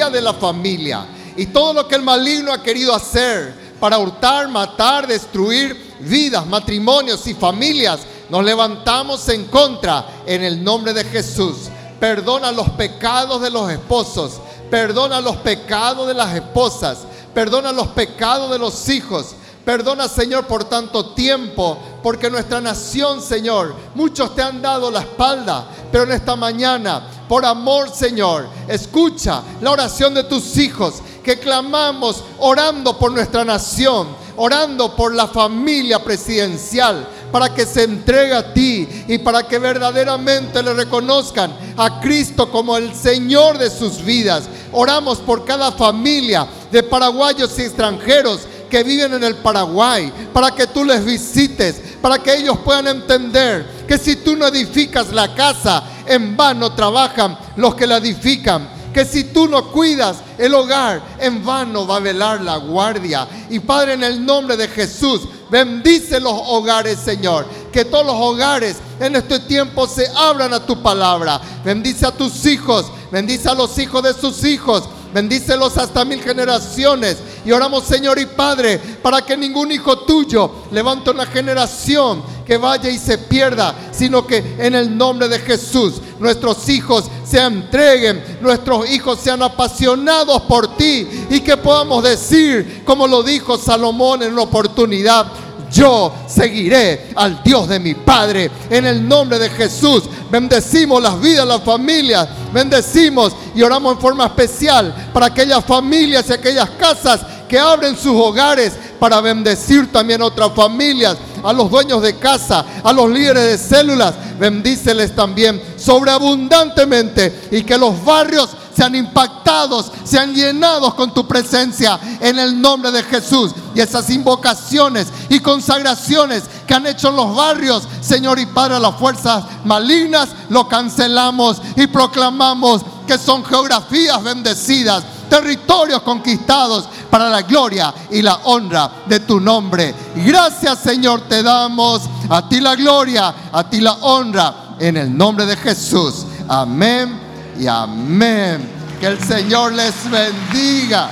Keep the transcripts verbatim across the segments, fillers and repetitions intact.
ideología de la familia y todo lo que el maligno ha querido hacer para hurtar, matar, destruir vidas, matrimonios y familias, nos levantamos en contra en el nombre de Jesús. Perdona los pecados de los esposos, perdona los pecados de las esposas, perdona los pecados de los hijos. Perdona, Señor, por tanto tiempo, porque nuestra nación, Señor, muchos te han dado la espalda, pero en esta mañana, por amor, Señor, escucha la oración de tus hijos, que clamamos orando por nuestra nación, orando por la familia presidencial, para que se entregue a ti y para que verdaderamente le reconozcan a Cristo como el Señor de sus vidas. Oramos por cada familia de paraguayos y extranjeros que viven en el Paraguay, para que tú les visites, para que ellos puedan entender que si tú no edificas la casa, en vano trabajan los que la edifican, que si tú no cuidas el hogar, en vano va a velar la guardia. Y Padre, en el nombre de Jesús, bendice los hogares, Señor, que todos los hogares en este tiempo se abran a tu palabra. Bendice a tus hijos, bendice a los hijos de sus hijos, bendícelos hasta mil generaciones. Y oramos, Señor y Padre, para que ningún hijo tuyo levante una generación que vaya y se pierda, sino que en el nombre de Jesús nuestros hijos se entreguen, nuestros hijos sean apasionados por ti, y que podamos decir, como lo dijo Salomón en una oportunidad: yo seguiré al Dios de mi Padre. En el nombre de Jesús, bendecimos las vidas, las familias, bendecimos y oramos en forma especial para aquellas familias y aquellas casas que abren sus hogares para bendecir también otras familias, a los dueños de casa, a los líderes de células. Bendíceles también sobreabundantemente, y que los barrios sean impactados, sean llenados con tu presencia en el nombre de Jesús. Y esas invocaciones y consagraciones que han hecho en los barrios, Señor y Padre, a las fuerzas malignas, lo cancelamos y proclamamos que son geografías bendecidas, territorios conquistados para la gloria y la honra de tu nombre. Gracias, Señor, te damos. A ti la gloria, a ti la honra, en el nombre de Jesús. Amén y amén. Que el Señor les bendiga.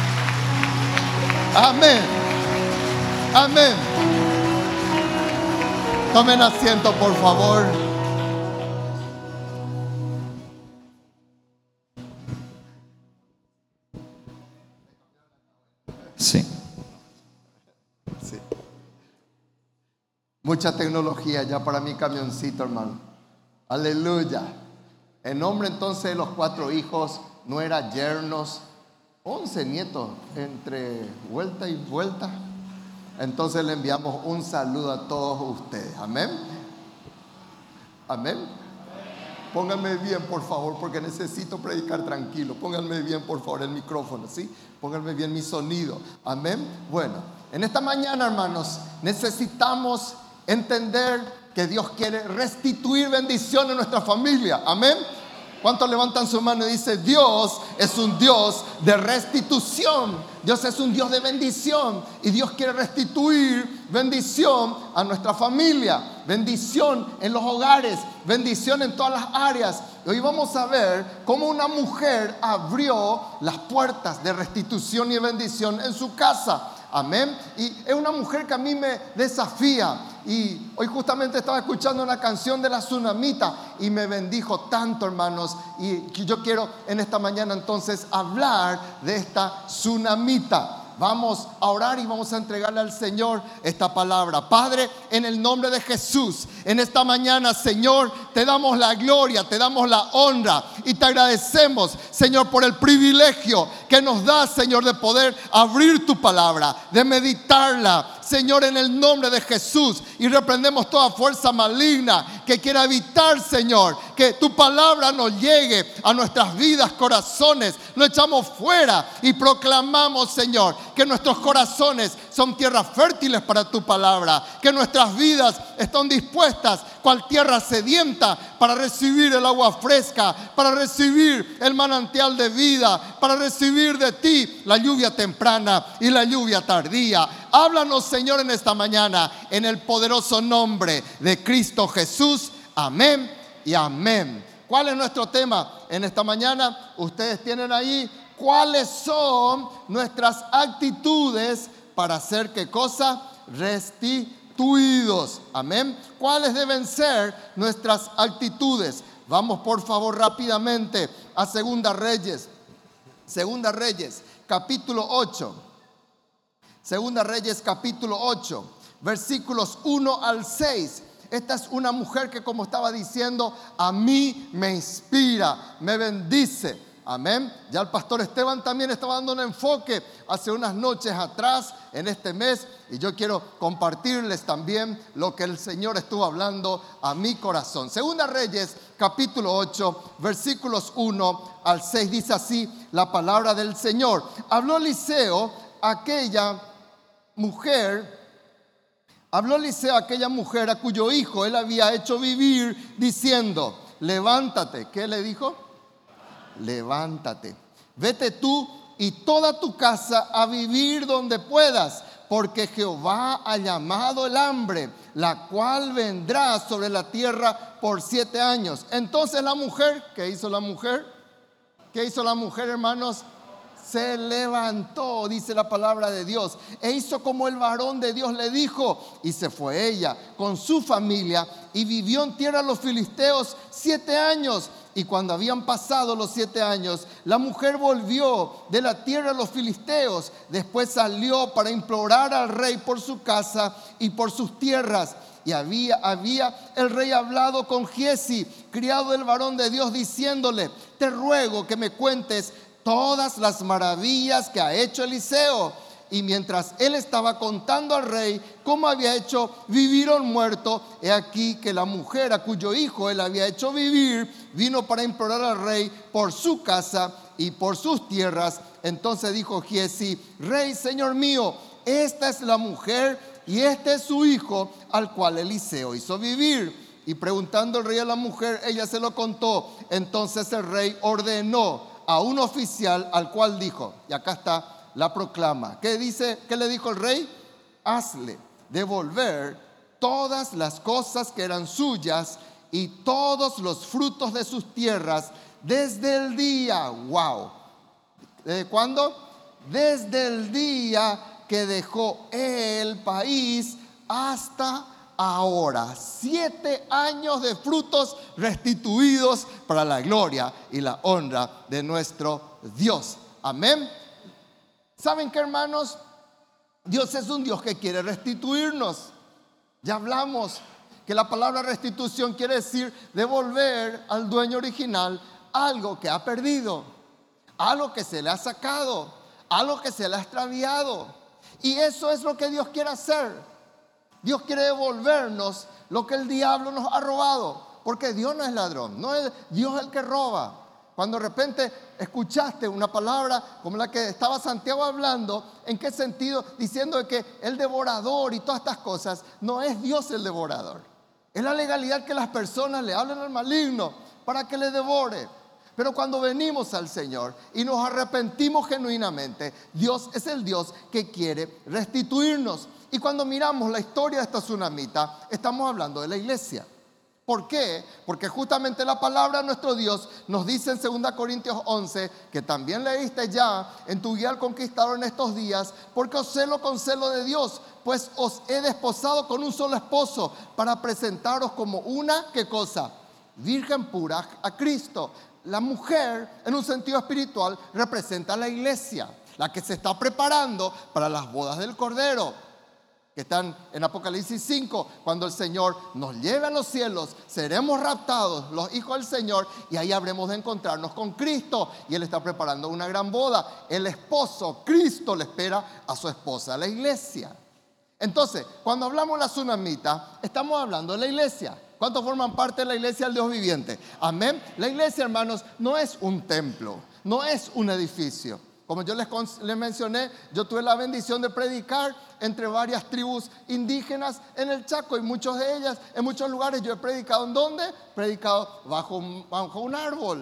Amén. Amén. Tomen asiento, por favor. Sí. Sí. Mucha tecnología ya para mi camioncito, hermano. Aleluya. En nombre entonces de los cuatro hijos, nuera, yernos, once nietos entre vuelta y vuelta. Entonces le enviamos un saludo a todos ustedes. Amén. Amén. Pónganme bien, por favor, porque necesito predicar tranquilo. Pónganme bien, por favor, el micrófono, ¿sí? Pónganme bien mi sonido. Amén. Bueno, en esta mañana, hermanos, necesitamos entender que Dios quiere restituir bendición en nuestra familia. Amén. ¿Cuántos levantan su mano y dicen: Dios es un Dios de restitución? Dios es un Dios de bendición, y Dios quiere restituir bendición a nuestra familia, bendición en los hogares, bendición en todas las áreas. Y hoy vamos a ver cómo una mujer abrió las puertas de restitución y bendición en su casa. Amén. Y es una mujer que a mí me desafía. Y hoy justamente estaba escuchando una canción de la Tsunamita y me bendijo tanto, hermanos. Y yo quiero en esta mañana entonces hablar de esta Tsunamita. Vamos a orar y vamos a entregarle al Señor esta palabra. Padre, en el nombre de Jesús, en esta mañana, Señor, te damos la gloria, te damos la honra y te agradecemos, Señor, por el privilegio que nos das, Señor, de poder abrir tu palabra, de meditarla, Señor, en el nombre de Jesús. Y reprendemos toda fuerza maligna que quiera evitar, Señor, que tu palabra nos llegue a nuestras vidas, corazones. Lo echamos fuera y proclamamos, Señor, que nuestros corazones son tierras fértiles para tu palabra, que nuestras vidas están dispuestas cual tierra sedienta para recibir el agua fresca, para recibir el manantial de vida, para recibir de ti la lluvia temprana y la lluvia tardía. Háblanos, Señor, en esta mañana, en el poderoso nombre de Cristo Jesús. Amén y amén. ¿Cuál es nuestro tema en esta mañana? Ustedes tienen ahí ¿cuáles son nuestras actitudes para hacer qué cosa? Restituidos. Amén. ¿Cuáles deben ser nuestras actitudes? Vamos por favor rápidamente a Segunda Reyes. Segunda Reyes, capítulo ocho. Segunda Reyes, capítulo ocho, versículos uno al seis. Esta es una mujer que, como estaba diciendo, a mí me inspira, me bendice. Amén. Ya el pastor Esteban también estaba dando un enfoque hace unas noches atrás en este mes, y yo quiero compartirles también lo que el Señor estuvo hablando a mi corazón. Segunda Reyes, capítulo ocho, versículos uno al seis, dice así la palabra del Señor. Habló Eliseo a aquella mujer, habló Eliseo a aquella mujer a cuyo hijo él había hecho vivir, diciendo: levántate. ¿Qué le dijo? Levántate, vete tú y toda tu casa a vivir donde puedas, porque Jehová ha llamado el hambre, la cual vendrá sobre la tierra por siete años. Entonces la mujer, ¿qué hizo la mujer? ¿Qué hizo la mujer, hermanos? Se levantó, dice la palabra de Dios, e hizo como el varón de Dios le dijo, y se fue ella con su familia y vivió en tierra de los filisteos siete años. Y cuando habían pasado los siete años, la mujer volvió de la tierra de los filisteos. Después salió para implorar al rey por su casa y por sus tierras. Y había, había el rey hablado con Giezi, criado del varón de Dios, diciéndole: te ruego que me cuentes todas las maravillas que ha hecho Eliseo. Y mientras él estaba contando al rey cómo había hecho vivir a un muerto, he aquí que la mujer a cuyo hijo él había hecho vivir vino para implorar al rey por su casa y por sus tierras. Entonces dijo Giezi: rey, señor mío, esta es la mujer y este es su hijo, al cual Eliseo hizo vivir. Y preguntando el rey a la mujer, ella se lo contó. Entonces el rey ordenó a un oficial, al cual dijo, y acá está la proclama. ¿Qué dice? ¿Qué le dijo el rey? Hazle devolver todas las cosas que eran suyas y todos los frutos de sus tierras desde el día, wow, ¿desde cuándo? Desde el día que dejó el país hasta ahora. Siete años de frutos restituidos para la gloria y la honra de nuestro Dios. Amén. ¿Saben qué, hermanos? Dios es un Dios que quiere restituirnos. Ya hablamos que la palabra restitución quiere decir devolver al dueño original algo que ha perdido, algo que se le ha sacado, algo que se le ha extraviado. Y eso es lo que Dios quiere hacer. Dios quiere devolvernos lo que el diablo nos ha robado, porque Dios no es ladrón, no es Dios el que roba. Cuando de repente escuchaste una palabra como la que estaba Santiago hablando, ¿en qué sentido? Diciendo que el devorador y todas estas cosas, no es Dios el devorador. Es la legalidad que las personas le hablan al maligno para que le devore. Pero cuando venimos al Señor y nos arrepentimos genuinamente, Dios es el Dios que quiere restituirnos. Y cuando miramos la historia de esta tsunamita, estamos hablando de la iglesia. ¿Por qué? Porque justamente la palabra de nuestro Dios nos dice en segunda Corintios once, que también leíste ya en tu guía al conquistador en estos días, porque os celo con celo de Dios, pues os he desposado con un solo esposo para presentaros como una, ¿qué cosa? Virgen pura a Cristo. La mujer, en un sentido espiritual, representa a la iglesia, la que se está preparando para las bodas del Cordero, que están en Apocalipsis cinco, cuando el Señor nos lleve a los cielos, seremos raptados, los hijos del Señor, y ahí habremos de encontrarnos con Cristo, y Él está preparando una gran boda. El esposo, Cristo, le espera a su esposa, la iglesia. Entonces, cuando hablamos de la tsunamita, estamos hablando de la iglesia. ¿Cuántos forman parte de la iglesia del Dios viviente? Amén. La iglesia, hermanos, no es un templo, no es un edificio. Como yo les, les mencioné, yo tuve la bendición de predicar entre varias tribus indígenas en el Chaco, y muchas de ellas, en muchos lugares yo he predicado. ¿En dónde? Predicado bajo un, bajo un árbol.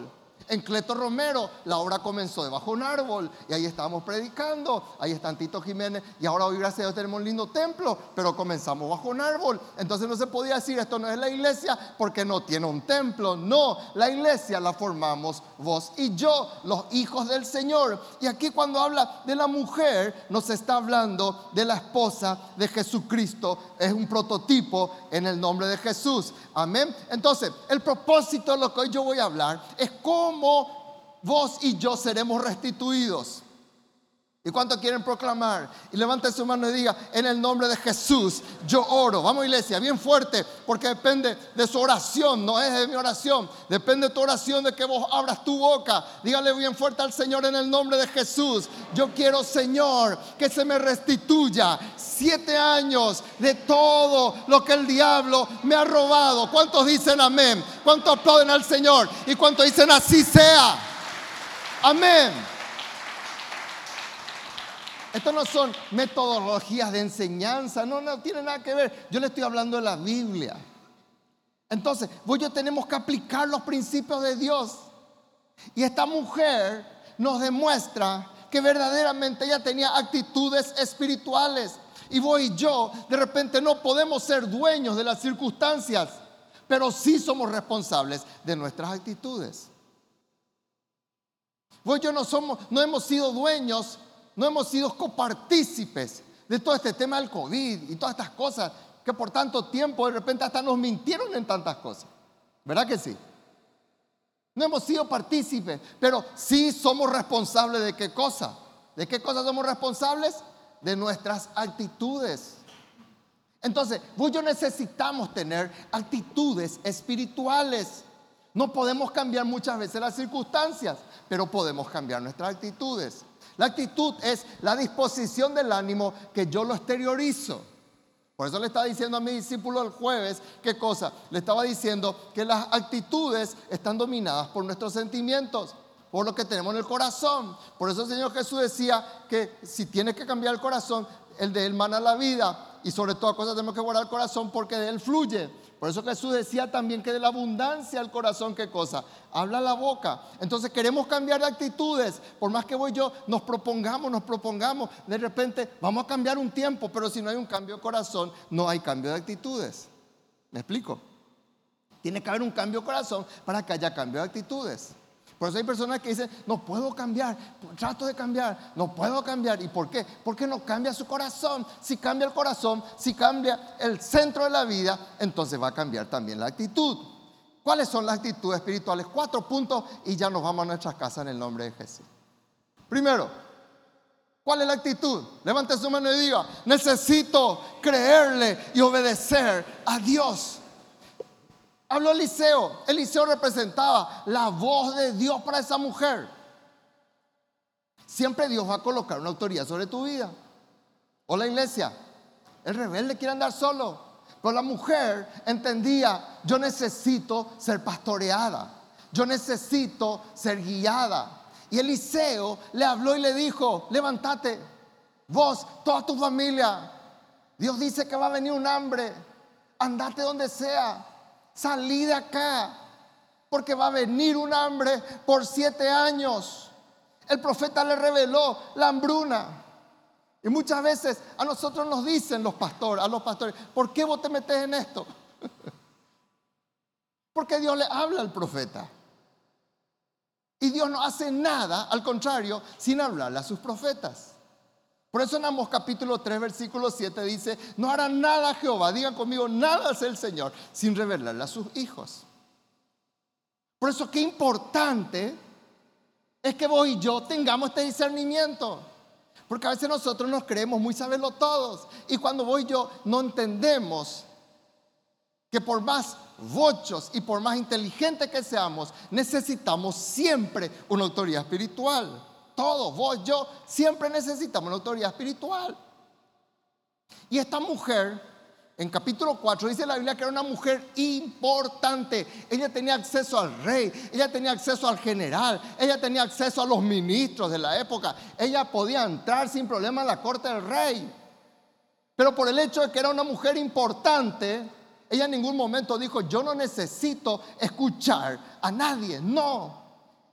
En Cleto Romero la obra comenzó debajo de un árbol y ahí estábamos predicando. Ahí está Tito Jiménez y ahora hoy gracias a Dios tenemos un lindo templo, pero comenzamos bajo un árbol. Entonces no se podía decir esto no es la iglesia porque no tiene un templo. No, la iglesia la formamos vos y yo, los hijos del Señor. Y aquí cuando habla de la mujer nos está hablando de la esposa de Jesucristo. Es un prototipo en el nombre de Jesús. Amén. Entonces el propósito de lo que hoy yo voy a hablar es cómo vos y yo seremos restituidos. ¿Y cuánto quieren proclamar? Y levanten su mano y diga: en el nombre de Jesús yo oro. Vamos, iglesia, bien fuerte, porque depende de su oración, no es de mi oración. Depende de tu oración, de que vos abras tu boca. Dígale bien fuerte al Señor: en el nombre de Jesús yo quiero, Señor, que se me restituya siete años de todo lo que el diablo me ha robado. ¿Cuántos dicen amén? ¿Cuántos aplauden al Señor? ¿Y cuántos dicen así sea? Amén. Esto no son metodologías de enseñanza, no, no tiene nada que ver. Yo le estoy hablando de la Biblia. Entonces, vos y yo tenemos que aplicar los principios de Dios. Y esta mujer nos demuestra que verdaderamente ella tenía actitudes espirituales. Y vos y yo de repente no podemos ser dueños de las circunstancias, pero sí somos responsables de nuestras actitudes. Vos y yo no somos, no hemos sido dueños, no hemos sido copartícipes de todo este tema del COVID y todas estas cosas que por tanto tiempo de repente hasta nos mintieron en tantas cosas. ¿Verdad que sí? No hemos sido partícipes, pero sí somos responsables de qué cosa. ¿De qué cosas somos responsables? De nuestras actitudes. Entonces, vos y yo necesitamos tener actitudes espirituales. No podemos cambiar muchas veces las circunstancias, pero podemos cambiar nuestras actitudes. La actitud es la disposición del ánimo que yo lo exteriorizo. Por eso le estaba diciendo a mi discípulo el jueves, ¿qué cosa? Le estaba diciendo que las actitudes están dominadas por nuestros sentimientos, por lo que tenemos en el corazón. Por eso el Señor Jesús decía que si tiene que cambiar el corazón, el de él mana la vida. Y sobre todas cosas tenemos que guardar el corazón porque de él fluye. Por eso Jesús decía también que de la abundancia del corazón, ¿qué cosa? Habla la boca. Entonces queremos cambiar de actitudes. Por más que vos y yo nos propongamos, nos propongamos, de repente vamos a cambiar un tiempo, pero si no hay un cambio de corazón, no hay cambio de actitudes. ¿Me explico? Tiene que haber un cambio de corazón para que haya cambio de actitudes. Por eso hay personas que dicen, no puedo cambiar, trato de cambiar, no puedo cambiar. ¿Y por qué? Porque no cambia su corazón. Si cambia el corazón, si cambia el centro de la vida, entonces va a cambiar también la actitud. ¿Cuáles son las actitudes espirituales? Cuatro puntos y ya nos vamos a nuestras casas en el nombre de Jesús. Primero, ¿cuál es la actitud? Levante su mano y diga, necesito creerle y obedecer a Dios. Habló Eliseo. Eliseo representaba la voz de Dios para esa mujer. Siempre Dios va a colocar una autoridad sobre tu vida. O la iglesia. El rebelde quiere andar solo. Pero la mujer entendía, yo necesito ser pastoreada. Yo necesito ser guiada. Y Eliseo le habló y le dijo, levántate, vos, toda tu familia. Dios dice que va a venir un hambre. Andate donde sea. Salí de acá, porque va a venir un hambre por siete años. El profeta le reveló la hambruna. Y muchas veces a nosotros nos dicen los pastores, a los pastores, ¿por qué vos te metes en esto? Porque Dios le habla al profeta. Y Dios no hace nada, al contrario, sin hablarle a sus profetas. Por eso en Amós capítulo tres, versículo siete dice, no hará nada Jehová, digan conmigo, nada hace el Señor sin revelarle a sus hijos. Por eso qué importante es que vos y yo tengamos este discernimiento. Porque a veces nosotros nos creemos muy saberlo todos. Y cuando vos y yo no entendemos que por más bochos y por más inteligentes que seamos, necesitamos siempre una autoridad espiritual. Todos, vos, yo, siempre necesitamos una autoridad espiritual. Y esta mujer, en capítulo cuatro, dice la Biblia que era una mujer importante. Ella tenía acceso al rey, ella tenía acceso al general, ella tenía acceso a los ministros de la época. Ella podía entrar sin problema en la corte del rey. Pero por el hecho de que era una mujer importante, ella en ningún momento dijo, yo no necesito escuchar a nadie. No.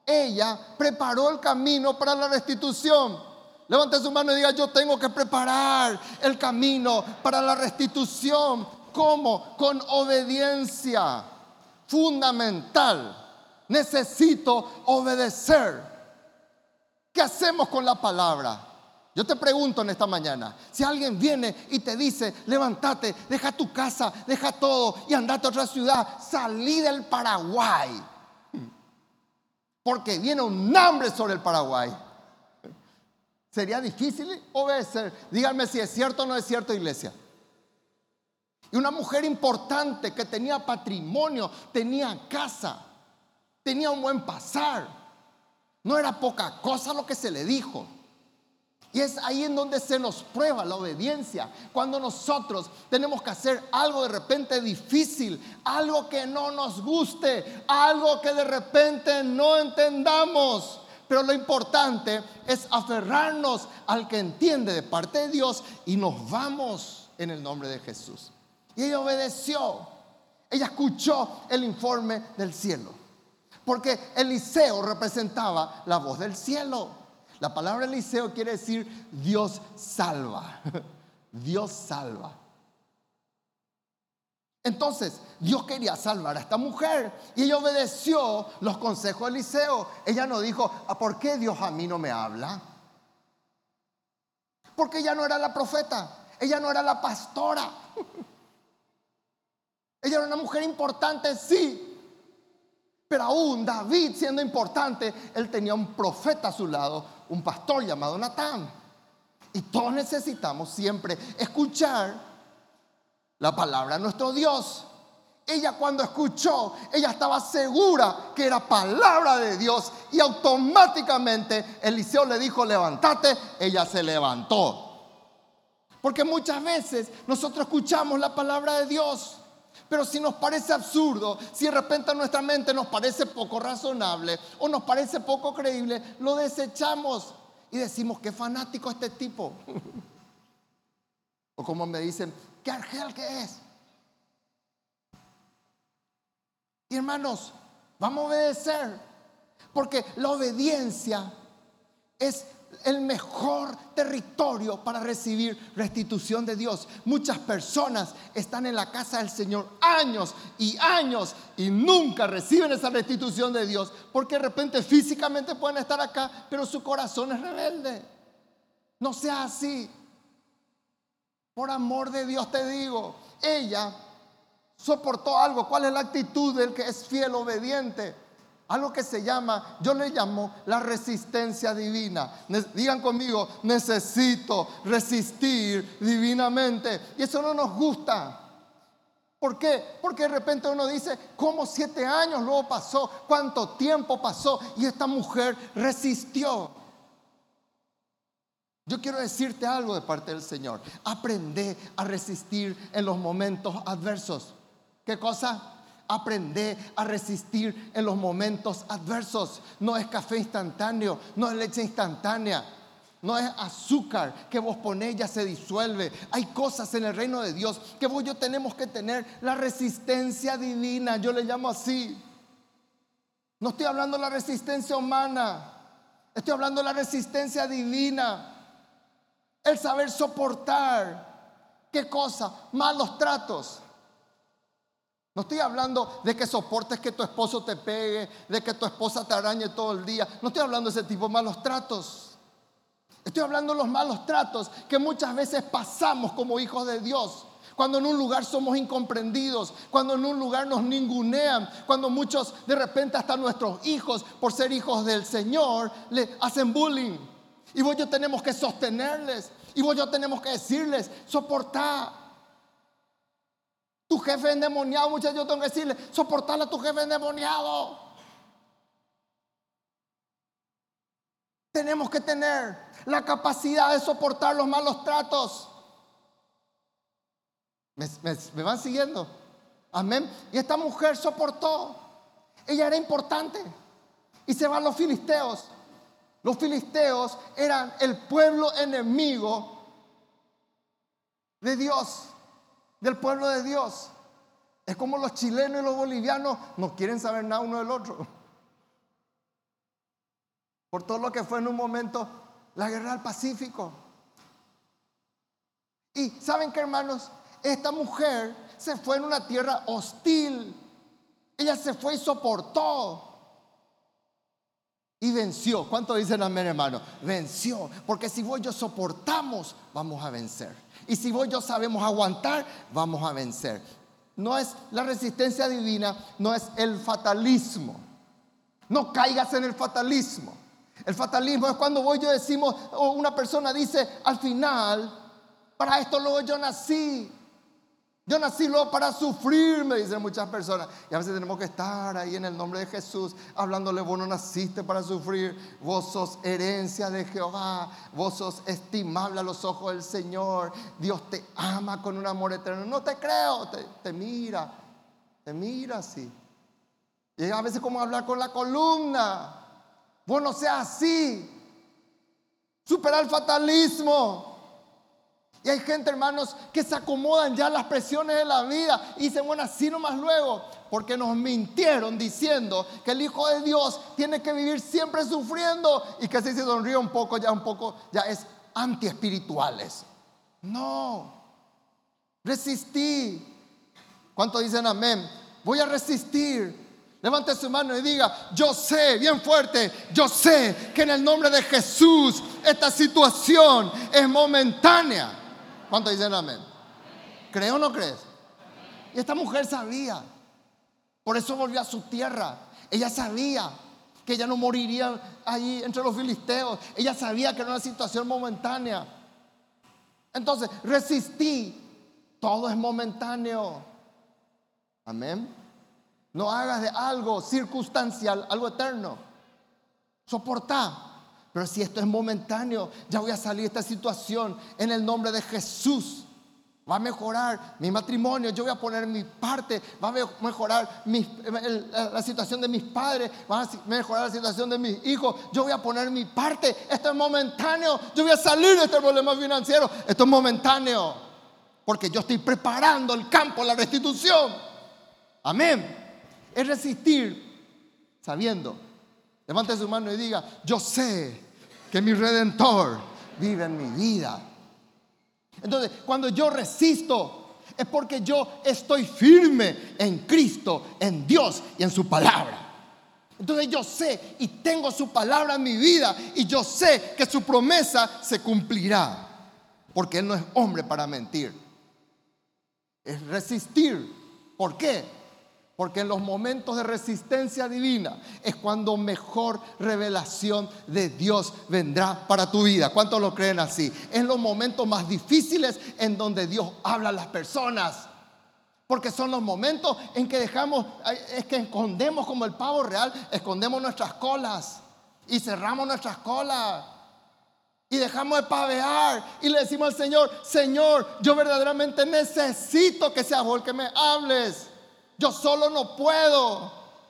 ella preparó el camino para la restitución. Levante su mano y diga: yo tengo que preparar el camino para la restitución. ¿Cómo? Con obediencia. Fundamental. Necesito obedecer. ¿Qué hacemos con la palabra? Yo te pregunto en esta mañana, si alguien viene y te dice: levántate, deja tu casa, deja todo y andate a otra ciudad, salí del Paraguay, porque viene un hambre sobre el Paraguay. ¿Sería difícil obedecer? Díganme si es cierto o no es cierto, iglesia. Y una mujer importante que tenía patrimonio, tenía casa, tenía un buen pasar. No era poca cosa lo que se le dijo. Y es ahí en donde se nos prueba la obediencia. Cuando nosotros tenemos que hacer algo de repente difícil, algo que no nos guste, algo que de repente no entendamos. Pero lo importante es aferrarnos al que entiende de parte de Dios y nos vamos en el nombre de Jesús. Y ella obedeció. Ella escuchó el informe del cielo. Porque Eliseo representaba la voz del cielo. La palabra Eliseo quiere decir Dios salva. Dios salva. Entonces, Dios quería salvar a esta mujer y ella obedeció los consejos de Eliseo. Ella no dijo: ¿por qué Dios a mí no me habla? Porque ella no era la profeta, ella no era la pastora. Ella era una mujer importante, sí. Pero aún David, siendo importante, él tenía un profeta a su lado, un pastor llamado Natán. Y todos necesitamos siempre escuchar la palabra de nuestro Dios. Ella, cuando escuchó, ella estaba segura que era palabra de Dios. Y automáticamente Eliseo le dijo: levántate. Ella se levantó. Porque muchas veces nosotros escuchamos la palabra de Dios, pero si nos parece absurdo, si de repente a nuestra mente nos parece poco razonable o nos parece poco creíble, lo desechamos y decimos: qué fanático este tipo. O como me dicen: qué argel que es. Y hermanos, vamos a obedecer, porque la obediencia es el mejor territorio para recibir restitución de Dios. Muchas personas están en la casa del Señor años y años y nunca reciben esa restitución de Dios, porque de repente físicamente pueden estar acá, pero su corazón es rebelde. No sea así. Por amor de Dios te digo, ella soportó algo. ¿Cuál es la actitud del que es fiel, obediente? Algo que se llama, yo le llamo la resistencia divina. Digan conmigo: necesito resistir divinamente. Y eso no nos gusta. ¿Por qué? Porque de repente uno dice: ¿cómo siete años luego pasó? ¿Cuánto tiempo pasó? Y esta mujer resistió. Yo quiero decirte algo de parte del Señor. Aprende a resistir en los momentos adversos. ¿Qué cosa? Aprende a resistir en los momentos adversos. No es café instantáneo, no es leche instantánea, no es azúcar que vos ponés ya se disuelve. Hay cosas en el reino de Dios que vos y yo tenemos que tener la resistencia divina. Yo le llamo así. No estoy hablando de la resistencia humana, estoy hablando de la resistencia divina. El saber soportar, ¿qué cosa? Malos tratos. No estoy hablando de que soportes que tu esposo te pegue, de que tu esposa te arañe todo el día. No estoy hablando de ese tipo de malos tratos. Estoy hablando de los malos tratos que muchas veces pasamos como hijos de Dios. Cuando en un lugar somos incomprendidos, cuando en un lugar nos ningunean, cuando muchos de repente hasta nuestros hijos, por ser hijos del Señor, le hacen bullying. Y vos y yo tenemos que sostenerles, y vos y yo tenemos que decirles: soportá. Tu jefe endemoniado, muchachos, yo tengo que decirle: soportarle a tu jefe endemoniado. Tenemos que tener la capacidad de soportar los malos tratos. ¿Me, me, me van siguiendo? Amén. Y esta mujer soportó. Ella era importante. Y se van los filisteos. Los filisteos eran el pueblo enemigo de Dios, del pueblo de Dios. Es como los chilenos y los bolivianos no quieren saber nada uno del otro. por todo lo que fue en un momento la guerra del Pacífico. Y ¿saben qué, hermanos? Esta mujer se fue en una tierra hostil. Ella se fue y soportó. Y venció. ¿Cuánto dicen amén, hermano? Venció. Porque si vos y yo soportamos, vamos a vencer. Y si vos y yo sabemos aguantar, vamos a vencer. No es la resistencia divina, no es el fatalismo. No caigas en el fatalismo. El fatalismo es cuando vos y yo decimos, o una persona dice, al final, para esto luego yo nací. Yo nací luego para sufrir, me dicen muchas personas. Y a veces tenemos que estar ahí en el nombre de Jesús, hablándole, vos no naciste para sufrir. Vos sos herencia de Jehová. Vos sos estimable a los ojos del Señor. Dios te ama con un amor eterno. No te creo, te, te mira. Te mira así. Y a veces como hablar con la columna. Vos no seas así. Supera el fatalismo. Y hay gente, hermanos, que se acomodan ya a las presiones de la vida y dicen, bueno, así nomás luego, porque nos mintieron diciendo que el Hijo de Dios tiene que vivir siempre sufriendo y que si se sonríe un poco, ya un poco, ya es antiespirituales. No, resistí. ¿Cuántos dicen amén? Voy a resistir. Levante su mano y diga, yo sé, bien fuerte, yo sé que en el nombre de Jesús esta situación es momentánea. ¿Cuántos dicen amén? ¿Cree o no crees? Y esta mujer sabía. Por eso volvió a su tierra. Ella sabía que ella no moriría allí entre los filisteos. Ella sabía que era una situación momentánea. Entonces, resistí. Todo es momentáneo. Amén. No hagas de algo circunstancial algo eterno. Soportá. Pero si esto es momentáneo, ya voy a salir de esta situación en el nombre de Jesús. Va a mejorar mi matrimonio, yo voy a poner mi parte. Va a mejorar mi, la situación de mis padres. Va a mejorar la situación de mis hijos. Yo voy a poner mi parte. Esto es momentáneo. Yo voy a salir de este problema financiero. Esto es momentáneo. Porque yo estoy preparando el campo, la restitución. Amén. Es resistir sabiendo. Levante su mano y diga, yo sé que mi Redentor vive en mi vida. Entonces, cuando yo resisto, es porque yo estoy firme en Cristo, en Dios y en su palabra. Entonces yo sé y tengo su palabra en mi vida y yo sé que su promesa se cumplirá. Porque Él no es hombre para mentir. Es resistir. ¿Por qué? Porque en los momentos de resistencia divina es cuando mejor revelación de Dios vendrá para tu vida. ¿Cuántos lo creen así? En los momentos más difíciles en donde Dios habla a las personas. Porque son los momentos en que dejamos, es que escondemos como el pavo real, escondemos nuestras colas y cerramos nuestras colas. Y dejamos de pavear y le decimos al Señor, Señor, yo verdaderamente necesito que seas vos el que me hables. Yo solo no puedo.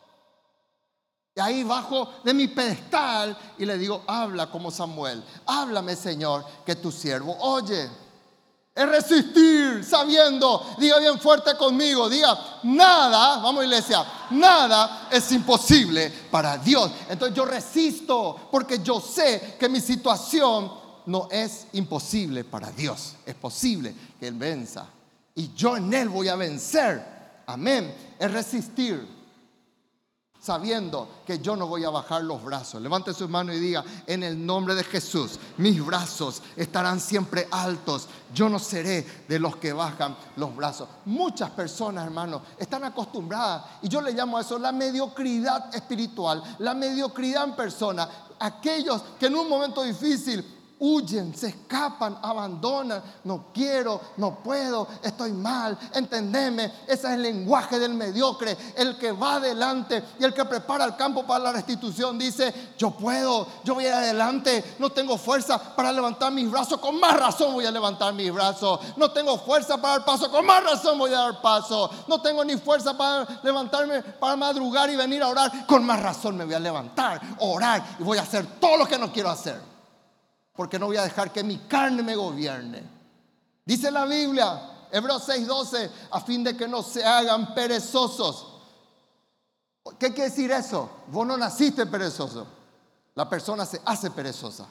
Y ahí bajo de mi pedestal y le digo, habla como Samuel. Háblame, Señor, que tu siervo oye. Es resistir sabiendo, diga bien fuerte conmigo, diga, nada, vamos iglesia, nada es imposible para Dios. Entonces yo resisto porque yo sé que mi situación no es imposible para Dios. Es posible que Él venza y yo en Él voy a vencer. Amén. Es resistir sabiendo que yo no voy a bajar los brazos. Levante sus manos y diga, en el nombre de Jesús, mis brazos estarán siempre altos. Yo no seré de los que bajan los brazos. Muchas personas, hermanos, están acostumbradas, y yo le llamo a eso la mediocridad espiritual, la mediocridad en persona. Aquellos que en un momento difícil huyen, se escapan, abandonan. No quiero, no puedo, estoy mal, entendeme. Ese es el lenguaje del mediocre. El que va adelante y el que prepara el campo para la restitución dice, yo puedo, yo voy adelante. No tengo fuerza para levantar mis brazos, con más razón voy a levantar mis brazos. No tengo fuerza para dar paso, con más razón voy a dar paso. No tengo ni fuerza para levantarme, para madrugar y venir a orar, con más razón me voy a levantar, orar y voy a hacer todo lo que no quiero hacer. Porque no voy a dejar que mi carne me gobierne. Dice la Biblia, Hebreos seis doce, a fin de que no se hagan perezosos. ¿Qué quiere decir eso? Vos no naciste perezoso. la persona se hace perezosa.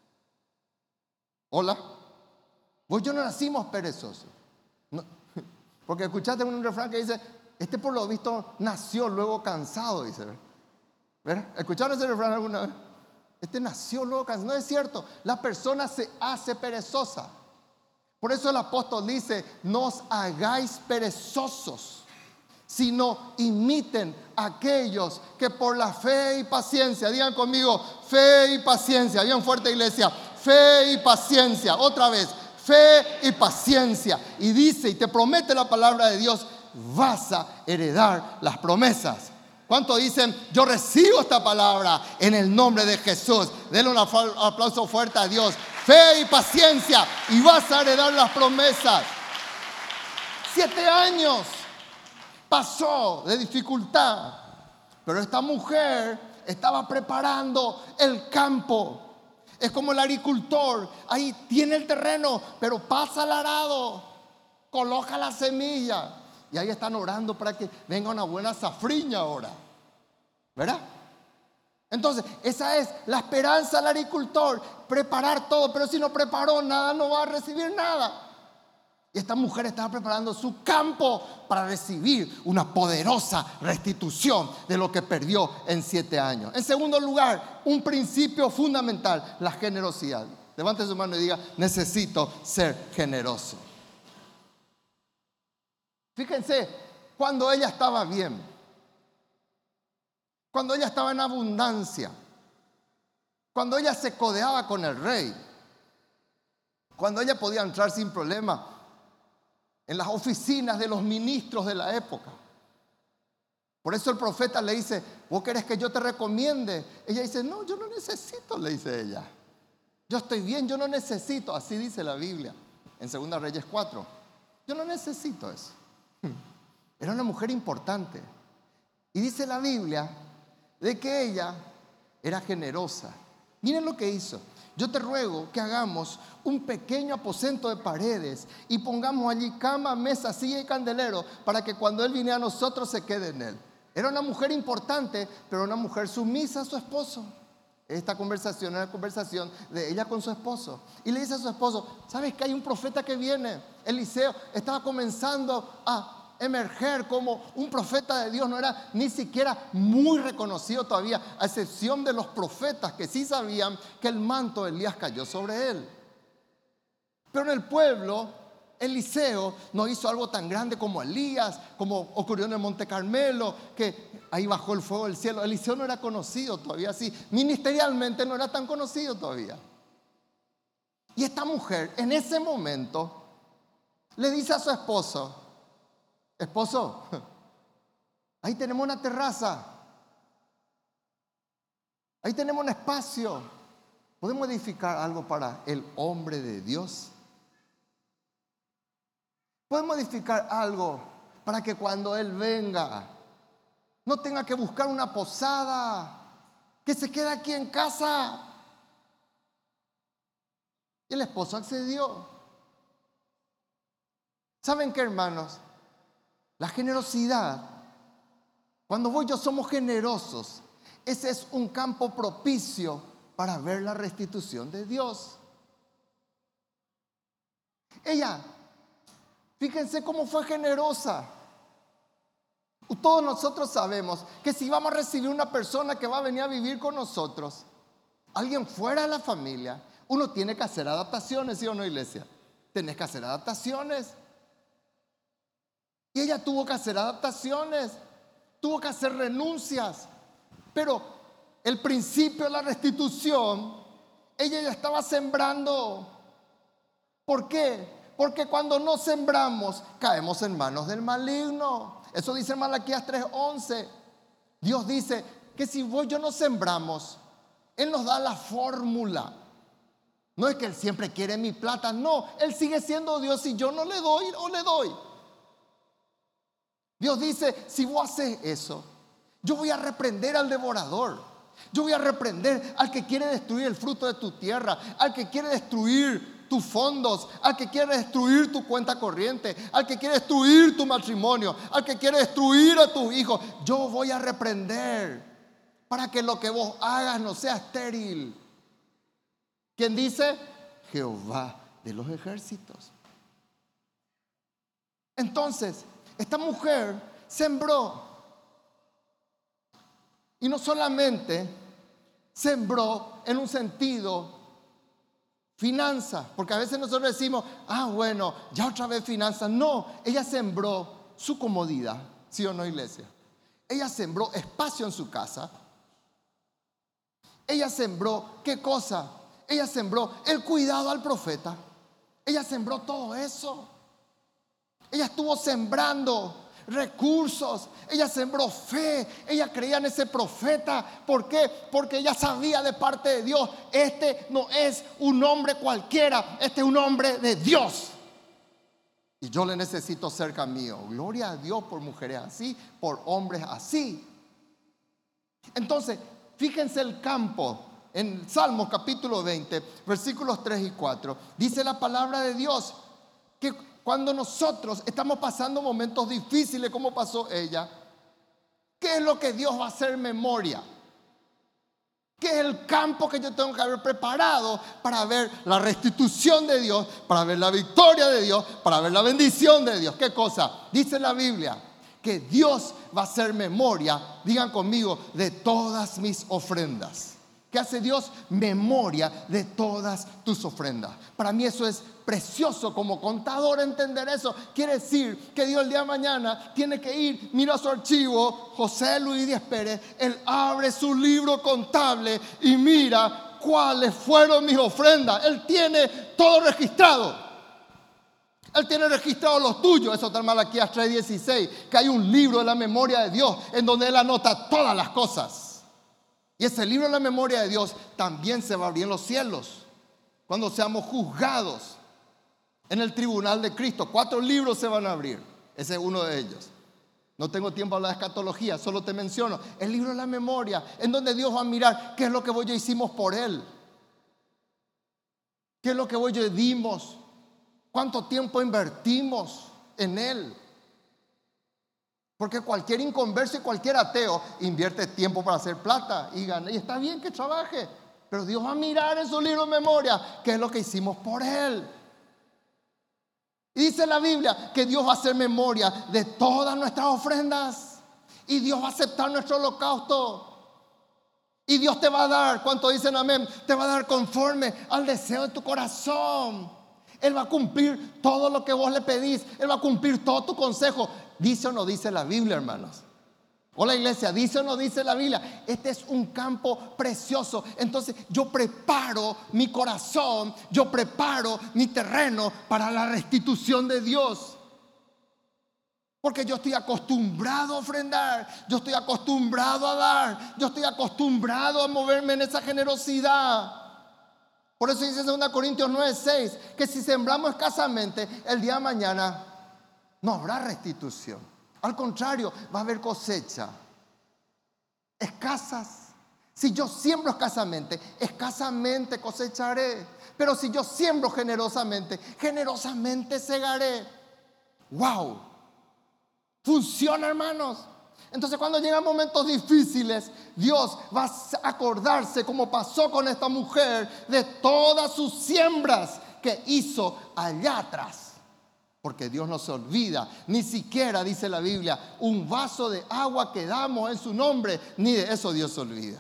Hola. Vos y yo no nacimos perezosos. No, porque escuchaste un refrán que dice, este por lo visto nació luego cansado, dice. ¿Verdad? ¿Escucharon ese refrán alguna vez? Este nació luego cansado. No es cierto. La persona se hace perezosa. Por eso el apóstol dice, no os hagáis perezosos, sino imiten a aquellos que por la fe y paciencia, digan conmigo, fe y paciencia, bien fuerte iglesia, fe y paciencia, otra vez, fe y paciencia. Y dice, y te promete la palabra de Dios, vas a heredar las promesas. ¿Cuántos dicen, yo recibo esta palabra en el nombre de Jesús? Denle un aplauso fuerte a Dios. Fe y paciencia y vas a heredar las promesas. Siete años pasó de dificultad, pero esta mujer estaba preparando el campo. Es como el agricultor, ahí tiene el terreno, pero pasa el arado, coloca la semilla. Y ahí están orando para que venga una buena zafriña ahora. ¿Verdad? Entonces, esa es la esperanza del agricultor. Preparar todo, pero si no preparó nada, no va a recibir nada. Y esta mujer estaba preparando su campo para recibir una poderosa restitución de lo que perdió en siete años. En segundo lugar, un principio fundamental, la generosidad. Levante su mano y diga, necesito ser generoso. Fíjense, cuando ella estaba bien, cuando ella estaba en abundancia, cuando ella se codeaba con el rey, cuando ella podía entrar sin problema en las oficinas de los ministros de la época. Por eso el profeta le dice, ¿vos querés que yo te recomiende? Ella dice, no, yo no necesito, le dice ella. Yo estoy bien, yo no necesito. Así dice la Biblia en Segunda Reyes cuatro. Yo no necesito eso. Era una mujer importante. Y dice la Biblia de que ella era generosa. Miren lo que hizo. Yo te ruego que hagamos un pequeño aposento de paredes y pongamos allí cama, mesa, silla y candelero para que cuando él viniera a nosotros se quede en él. Era una mujer importante, pero una mujer sumisa a su esposo. Esta conversación era la conversación de ella con su esposo. Y le dice a su esposo, ¿sabes que hay un profeta que viene? Eliseo estaba comenzando a emerger como un profeta de Dios. No era ni siquiera muy reconocido todavía, a excepción de los profetas que sí sabían que el manto de Elías cayó sobre él. Pero en el pueblo, Eliseo no hizo algo tan grande como Elías, como ocurrió en el Monte Carmelo, que ahí bajó el fuego del cielo. Eliseo no era conocido todavía así, ministerialmente no era tan conocido todavía. Y esta mujer en ese momento le dice a su esposo, esposo, ahí tenemos una terraza, ahí tenemos un espacio, ¿podemos edificar algo para el hombre de Dios? ¿Podemos edificar algo para que cuando él venga no tenga que buscar una posada, que se quede aquí en casa? Y el esposo accedió. ¿Saben qué, hermanos? La generosidad, cuando vos y yo somos generosos, ese es un campo propicio para ver la restitución de Dios. Ella, fíjense cómo fue generosa. Todos nosotros sabemos que si vamos a recibir una persona que va a venir a vivir con nosotros, alguien fuera de la familia, uno tiene que hacer adaptaciones, ¿sí o no, iglesia? Tenés que hacer adaptaciones. Y ella tuvo que hacer adaptaciones, tuvo que hacer renuncias. Pero el principio de la restitución, ella ya estaba sembrando. ¿Por qué? Porque cuando no sembramos, caemos en manos del maligno. Eso dice Malaquías tres once. Dios dice que si vos y yo no sembramos, Él nos da la fórmula. No es que Él siempre quiere mi plata, no. Él sigue siendo Dios y yo no le doy o le doy. Dios dice, si vos haces eso, yo voy a reprender al devorador. Yo voy a reprender al que quiere destruir el fruto de tu tierra, al que quiere destruir tus fondos, al que quiere destruir tu cuenta corriente, al que quiere destruir tu matrimonio, al que quiere destruir a tus hijos. Yo voy a reprender. para que lo que vos hagas no sea estéril. ¿Quién dice? Jehová de los ejércitos. Entonces, esta mujer sembró. Y no solamente sembró en un sentido finanzas, porque a veces nosotros decimos, ah, bueno, ya otra vez finanzas. No, ella sembró su comodidad, ¿sí o no, iglesia? Ella sembró espacio en su casa. Ella sembró, ¿qué cosa? Ella sembró el cuidado al profeta. Ella sembró todo eso. Ella estuvo sembrando recursos, ella sembró fe, ella creía en ese profeta. ¿Por qué? Porque ella sabía de parte de Dios, este no es un hombre cualquiera, este es un hombre de Dios. Y yo le necesito cerca mío. Gloria a Dios por mujeres así, por hombres así. Entonces, fíjense el campo. En Salmos capítulo veinte, versículos tres y cuatro, dice la palabra de Dios que cuando nosotros estamos pasando momentos difíciles como pasó ella, ¿qué es lo que Dios va a hacer en memoria? ¿Qué es el campo que yo tengo que haber preparado para ver la restitución de Dios, para ver la victoria de Dios, para ver la bendición de Dios? ¿Qué cosa? Dice la Biblia que Dios va a hacer memoria, digan conmigo, de todas mis ofrendas. ¿Qué hace Dios? Memoria de todas tus ofrendas. Para mí eso es precioso como contador entender eso. Quiere decir que Dios el día de mañana tiene que ir, mira su archivo, José Luis Díaz Pérez, él abre su libro contable y mira cuáles fueron mis ofrendas. Él tiene todo registrado. Él tiene registrado los tuyos. Eso está en Malaquías tres dieciséis, que hay un libro de la memoria de Dios en donde Él anota todas las cosas. Y ese libro de la memoria de Dios también se va a abrir en los cielos cuando seamos juzgados en el tribunal de Cristo. Cuatro libros se van a abrir. Ese es uno de ellos. No tengo tiempo de hablar de escatología, solo te menciono el libro de la memoria, en donde Dios va a mirar qué es lo que vos y yo hicimos por Él, qué es lo que vos y yo dimos, cuánto tiempo invertimos en Él. Porque cualquier inconverso y cualquier ateo invierte tiempo para hacer plata y gana. Y está bien que trabaje, pero Dios va a mirar en su libro de memoria qué es lo que hicimos por Él. Y dice la Biblia que Dios va a hacer memoria de todas nuestras ofrendas. Y Dios va a aceptar nuestro holocausto. Y Dios te va a dar, ¿cuánto dicen amén? Te va a dar conforme al deseo de tu corazón. Él va a cumplir todo lo que vos le pedís. Él va a cumplir todo tu consejo. ¿Dice o no dice la Biblia, hermanos? Hola, iglesia, ¿dice o no dice la Biblia? Este es un campo precioso. Entonces yo preparo mi corazón, yo preparo mi terreno para la restitución de Dios. Porque yo estoy acostumbrado a ofrendar, yo estoy acostumbrado a dar, yo estoy acostumbrado a moverme en esa generosidad. Por eso dice segunda Corintios nueve seis, que si sembramos escasamente, el día de mañana no habrá restitución. Al contrario, va a haber cosecha. Escasas. Si yo siembro escasamente, escasamente cosecharé. Pero si yo siembro generosamente, generosamente segaré. ¡Wow! Funciona, hermanos. Entonces cuando llegan momentos difíciles, Dios va a acordarse, como pasó con esta mujer, de todas sus siembras que hizo allá atrás. Porque Dios no se olvida, ni siquiera, dice la Biblia, un vaso de agua que damos en su nombre, ni de eso Dios se olvida.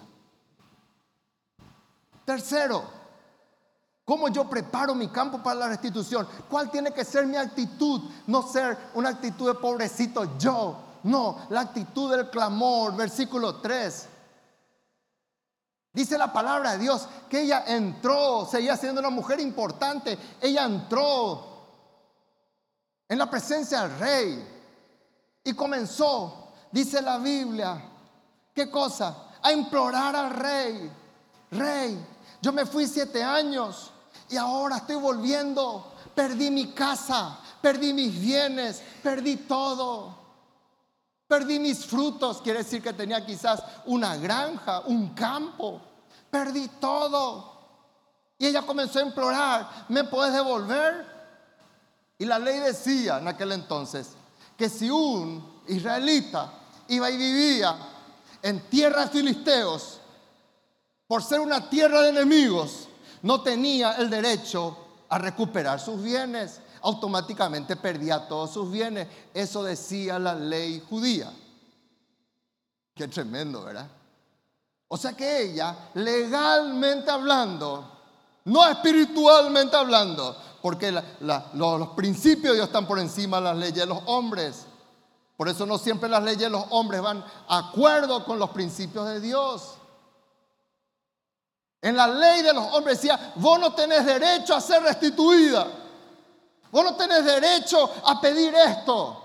Tercero, ¿cómo yo preparo mi campo para la restitución? ¿Cuál tiene que ser mi actitud? No ser una actitud de pobrecito yo. No, la actitud del clamor. Versículo tres. Dice la palabra de Dios que ella entró, seguía siendo una mujer importante. Ella entró en la presencia del rey y comenzó, dice la Biblia, ¿qué cosa? A implorar al rey. Rey, yo me fui siete años y ahora estoy volviendo. Perdí mi casa, perdí mis bienes, perdí todo. Perdí mis frutos, quiere decir que tenía quizás una granja, un campo. Perdí todo. Y ella comenzó a implorar, ¿me puedes devolver? Y la ley decía en aquel entonces que si un israelita iba y vivía en tierra de filisteos, por ser una tierra de enemigos, no tenía el derecho a recuperar sus bienes. Automáticamente perdía todos sus bienes. Eso decía la ley judía. Qué tremendo, ¿verdad? O sea que ella, legalmente hablando, no espiritualmente hablando, porque la, la, los, los principios de Dios están por encima de las leyes de los hombres. Por eso no siempre las leyes de los hombres van de acuerdo con los principios de Dios. En la ley de los hombres decía, vos no tenés derecho a ser restituida. Vos no tenés derecho a pedir esto.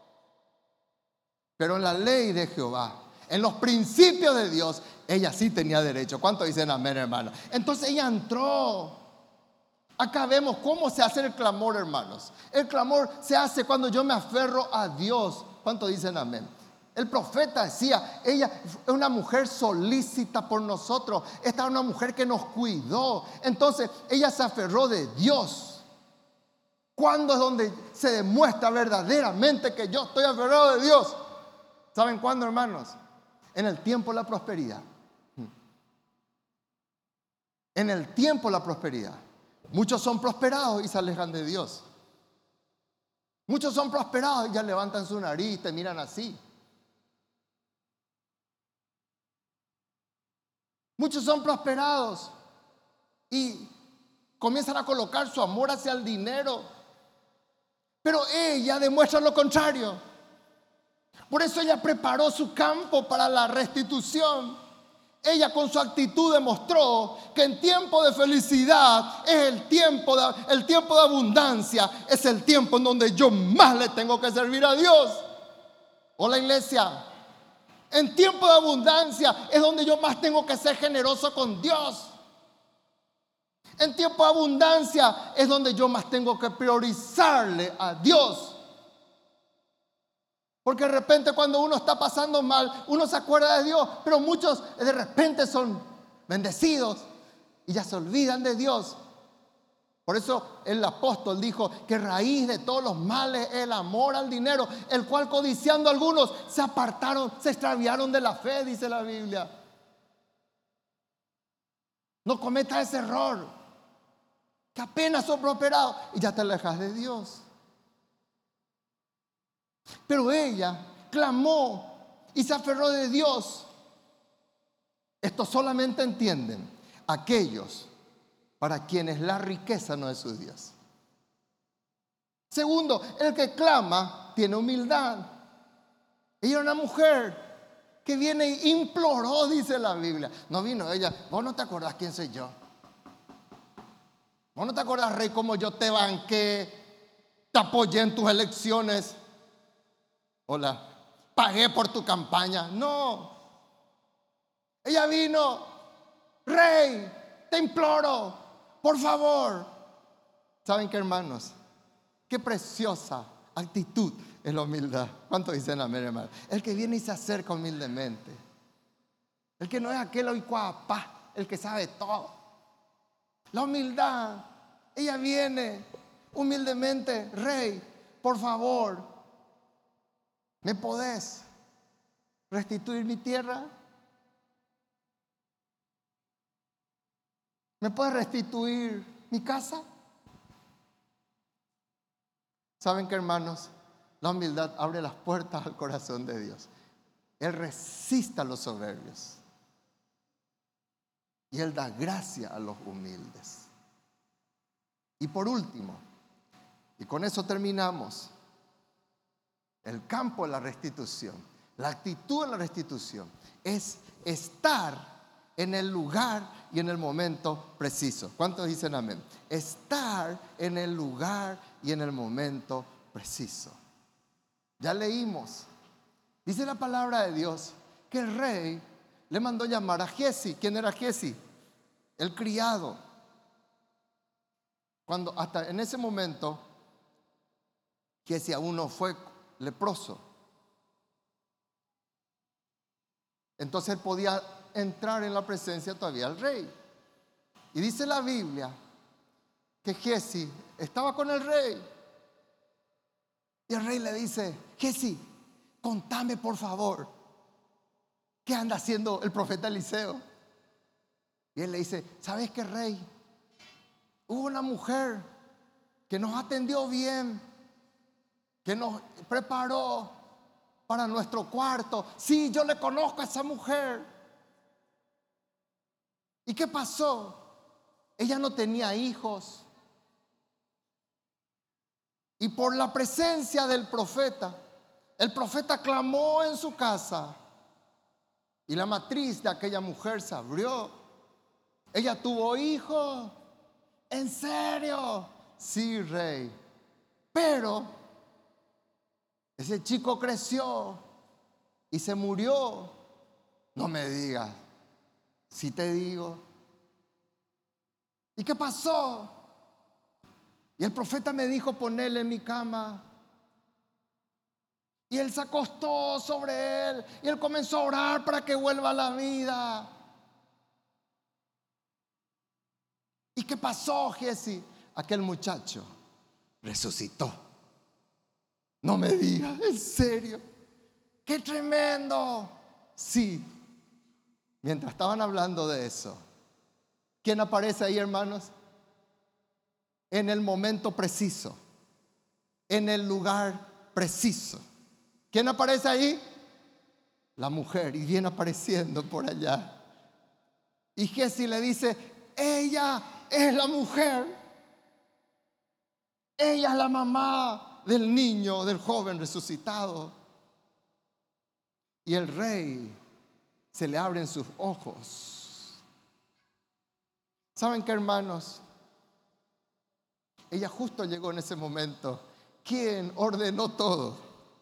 Pero en la ley de Jehová, en los principios de Dios, ella sí tenía derecho. ¿Cuántos dicen amén, hermano? Entonces ella entró. Acá vemos cómo se hace el clamor, hermanos. El clamor se hace cuando yo me aferro a Dios. ¿Cuántos dicen amén? El profeta decía, ella es una mujer solícita por nosotros. Esta es una mujer que nos cuidó. Entonces ella se aferró de Dios. ¿Cuándo es donde se demuestra verdaderamente que yo estoy aferrado de Dios? ¿Saben cuándo, hermanos? En el tiempo de la prosperidad. En el tiempo de la prosperidad. Muchos son prosperados y se alejan de Dios. Muchos son prosperados y ya levantan su nariz, te miran así. Muchos son prosperados y comienzan a colocar su amor hacia el dinero. Pero ella demuestra lo contrario. Por eso ella preparó su campo para la restitución. Ella con su actitud demostró que en tiempo de felicidad es el tiempo de, el tiempo de abundancia, es el tiempo en donde yo más le tengo que servir a Dios. Hola, iglesia. En tiempo de abundancia es donde yo más tengo que ser generoso con Dios. En tiempo de abundancia es donde yo más tengo que priorizarle a Dios. Porque de repente cuando uno está pasando mal, uno se acuerda de Dios, pero muchos de repente son bendecidos y ya se olvidan de Dios. Por eso el apóstol dijo que raíz de todos los males es el amor al dinero, el cual codiciando algunos se apartaron, se extraviaron de la fe, dice la Biblia. No cometas ese error, que apenas son prosperados y ya te alejas de Dios. Pero ella clamó y se aferró de Dios. Esto solamente entienden aquellos para quienes la riqueza no es su Dios. Segundo, el que clama tiene humildad. Ella era una mujer que viene e imploró, dice la Biblia. No vino ella, vos no te acordás quién soy yo. Vos no te acordás, rey, cómo yo te banqué, te apoyé en tus elecciones. Hola, pagué por tu campaña. No. Ella vino, rey, te imploro, por favor. ¿Saben qué, hermanos? Qué preciosa actitud es la humildad. ¿Cuántos dicen amén, hermano? El que viene y se acerca humildemente. El que no es aquel oicuapá, el que sabe todo. La humildad. Ella viene humildemente, rey, por favor, ¿me podés restituir mi tierra? ¿Me puedes restituir mi casa? ¿Saben qué, hermanos? La humildad abre las puertas al corazón de Dios. Él resiste a los soberbios y Él da gracia a los humildes. Y por último, y con eso terminamos, el campo de la restitución, la actitud de la restitución es estar en el lugar y en el momento preciso. ¿Cuántos dicen amén? Estar en el lugar y en el momento preciso. Ya leímos, dice la palabra de Dios, que el rey le mandó llamar a Giezi. ¿Quién era Giezi? El criado. Cuando hasta en ese momento Giezi aún no fue leproso. Entonces él podía entrar en la presencia todavía del rey. Y dice la Biblia que Giezi estaba con el rey. Y el rey le dice: Giezi, contame por favor, ¿qué anda haciendo el profeta Eliseo? Y él le dice, ¿sabes qué, rey? Hubo una mujer que nos atendió bien, que nos preparó para nuestro cuarto. Sí, yo le conozco a esa mujer. ¿Y qué pasó? Ella no tenía hijos. Y por la presencia del profeta, el profeta clamó en su casa y la matriz de aquella mujer se abrió. Ella tuvo hijos. ¿En serio? Sí, rey. Pero ese chico creció y se murió. No me digas. Sí te digo. ¿Y qué pasó? Y el profeta me dijo ponerle en mi cama. Y él se acostó sobre él. Y él comenzó a orar para que vuelva a la vida. ¿Y qué pasó, Jesse? Aquel muchacho resucitó. No me digas, en serio. ¡Qué tremendo! Sí. Mientras estaban hablando de eso, ¿quién aparece ahí, hermanos? En el momento preciso, en el lugar preciso. ¿Quién aparece ahí? La mujer, y viene apareciendo por allá. Y Jesse le dice, ella es la mujer. Ella es la mamá del niño, del joven resucitado. Y el rey se le abren sus ojos. ¿Saben qué, hermanos? Ella justo llegó en ese momento. ¿Quién ordenó todo?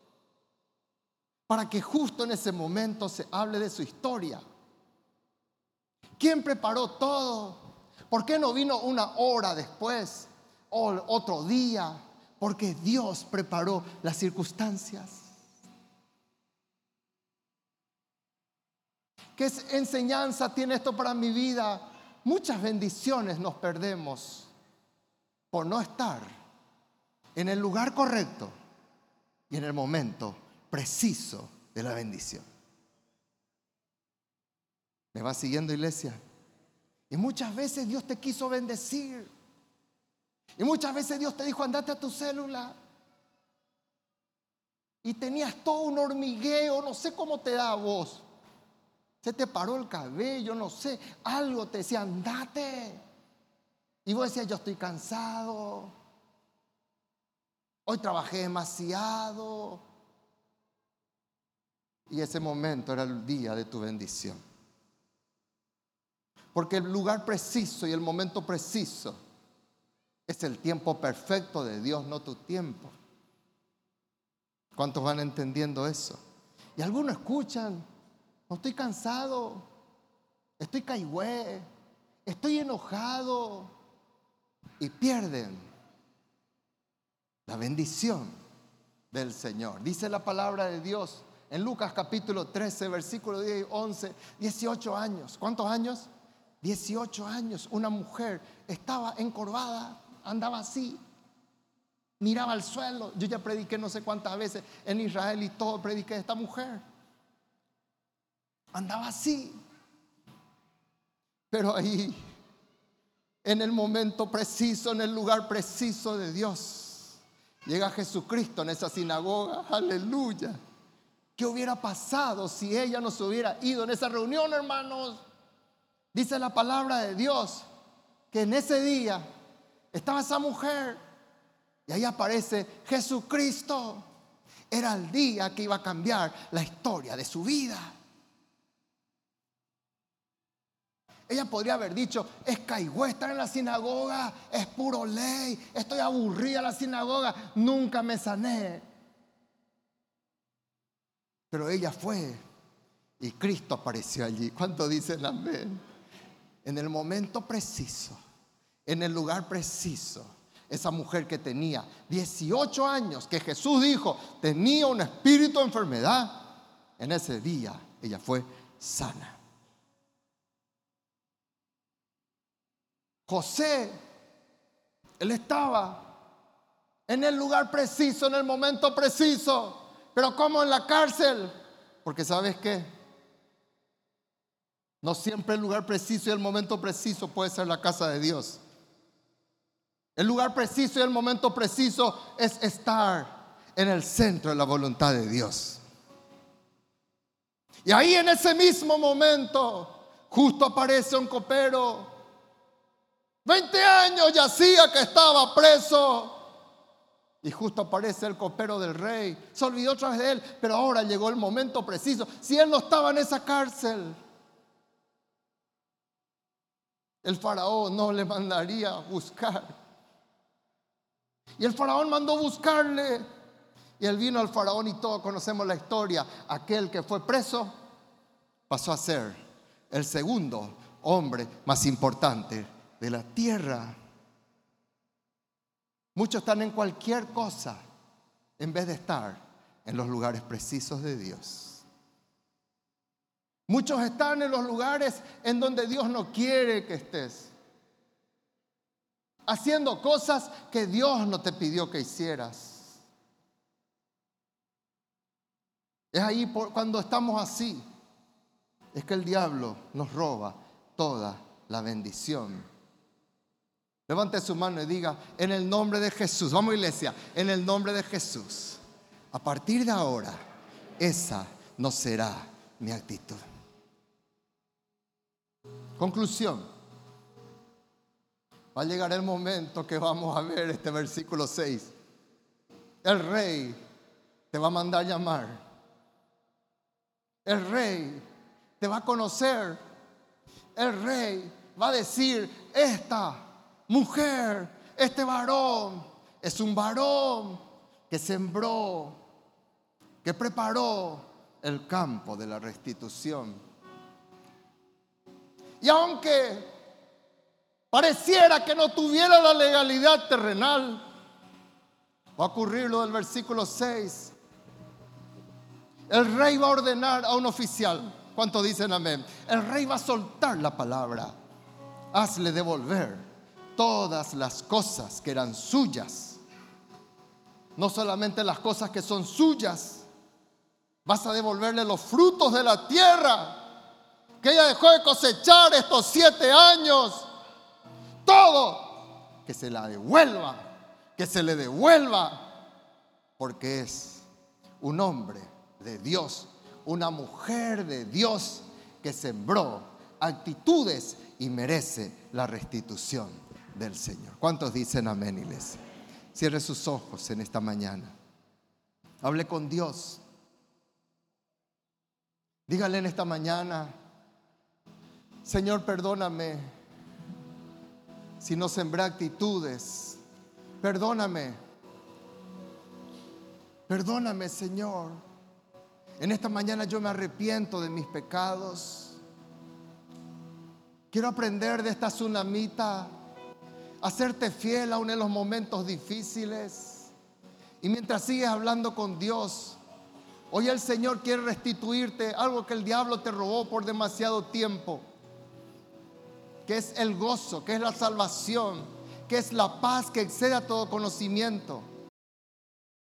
Para que justo en ese momento se hable de su historia. ¿Quién preparó todo? ¿Por qué no vino una hora después o otro día? Porque Dios preparó las circunstancias. ¿Qué enseñanza tiene esto para mi vida? Muchas bendiciones nos perdemos por no estar en el lugar correcto y en el momento preciso de la bendición. ¿Me va siguiendo, iglesia? Y muchas veces Dios te quiso bendecir. Y muchas veces Dios te dijo, andate a tu célula. Y tenías todo un hormigueo, no sé cómo te da a vos. Se te paró el cabello, no sé, algo te decía, andate. Y vos decías, yo estoy cansado. Hoy trabajé demasiado. Y ese momento era el día de tu bendición. Porque el lugar preciso y el momento preciso es el tiempo perfecto de Dios, no tu tiempo. ¿Cuántos van entendiendo eso? Y algunos escuchan, no estoy cansado, estoy caigüe, estoy enojado, y pierden la bendición del Señor. Dice la palabra de Dios en Lucas capítulo trece, versículo diez y once, dieciocho años. ¿Cuántos años? dieciocho años. Una mujer estaba encorvada, andaba así, miraba al suelo. Yo ya prediqué no sé cuántas veces en Israel y todo prediqué de esta mujer. Andaba así. Pero ahí, en el momento preciso, en el lugar preciso de Dios, llega Jesucristo en esa sinagoga. Aleluya. ¿Qué hubiera pasado si ella no se hubiera ido en esa reunión, hermanos? Dice la palabra de Dios que en ese día estaba esa mujer y ahí aparece Jesucristo. Era el día que iba a cambiar la historia de su vida. Ella podría haber dicho, es caigüe estar en la sinagoga, es puro ley, estoy aburrida en la sinagoga, nunca me sané. Pero ella fue y Cristo apareció allí. ¿Cuánto dicen amén? En el momento preciso, en el lugar preciso, esa mujer que tenía dieciocho años, que Jesús dijo tenía un espíritu de enfermedad, en ese día ella fue sana. José, él estaba en el lugar preciso, en el momento preciso, pero ¿cómo en la cárcel? Porque ¿sabes qué? No siempre el lugar preciso y el momento preciso puede ser la casa de Dios. El lugar preciso y el momento preciso es estar en el centro de la voluntad de Dios. Y ahí en ese mismo momento, justo aparece un copero. veinte años ya hacía que estaba preso. Y justo aparece el copero del rey. Se olvidó otra vez de él, pero ahora llegó el momento preciso. Si él no estaba en esa cárcel, el faraón no le mandaría a buscar. Y el faraón mandó buscarle. Y él vino al faraón y todos conocemos la historia. Aquel que fue preso pasó a ser el segundo hombre más importante de la tierra. Muchos están en cualquier cosa en vez de estar en los lugares precisos de Dios. Muchos están en los lugares en donde Dios no quiere que estés, haciendo cosas que Dios no te pidió que hicieras. Es ahí por, cuando estamos así, es que el diablo nos roba toda la bendición. Levante su mano y diga: en el nombre de Jesús. Vamos, iglesia, en el nombre de Jesús, a partir de ahora, esa no será mi actitud. Conclusión. Va a llegar el momento que vamos a ver este versículo seis. El rey te va a mandar llamar. El rey te va a conocer. El rey va a decir: esta mujer, este varón, es un varón que sembró, que preparó el campo de la restitución. Y aunque pareciera que no tuviera la legalidad terrenal, va a ocurrir lo del versículo seis. El rey va a ordenar a un oficial. ¿Cuántos dicen amén? El rey va a soltar la palabra: hazle devolver todas las cosas que eran suyas. No solamente las cosas que son suyas, vas a devolverle los frutos de la tierra que ella dejó de cosechar estos siete años. Todo, que se la devuelva, que se le devuelva, porque es un hombre de Dios, una mujer de Dios que sembró actitudes y merece la restitución del Señor. ¿Cuántos dicen amén, iglesia? Cierre sus ojos en esta mañana. Hable con Dios. Dígale en esta mañana: Señor, perdóname si no sembré actitudes. Perdóname. Perdóname, Señor. En esta mañana yo me arrepiento de mis pecados. Quiero aprender de esta tsunamita a serte fiel aún en los momentos difíciles. Y mientras sigues hablando con Dios, hoy el Señor quiere restituirte algo que el diablo te robó por demasiado tiempo, que es el gozo, que es la salvación, que es la paz que excede a todo conocimiento.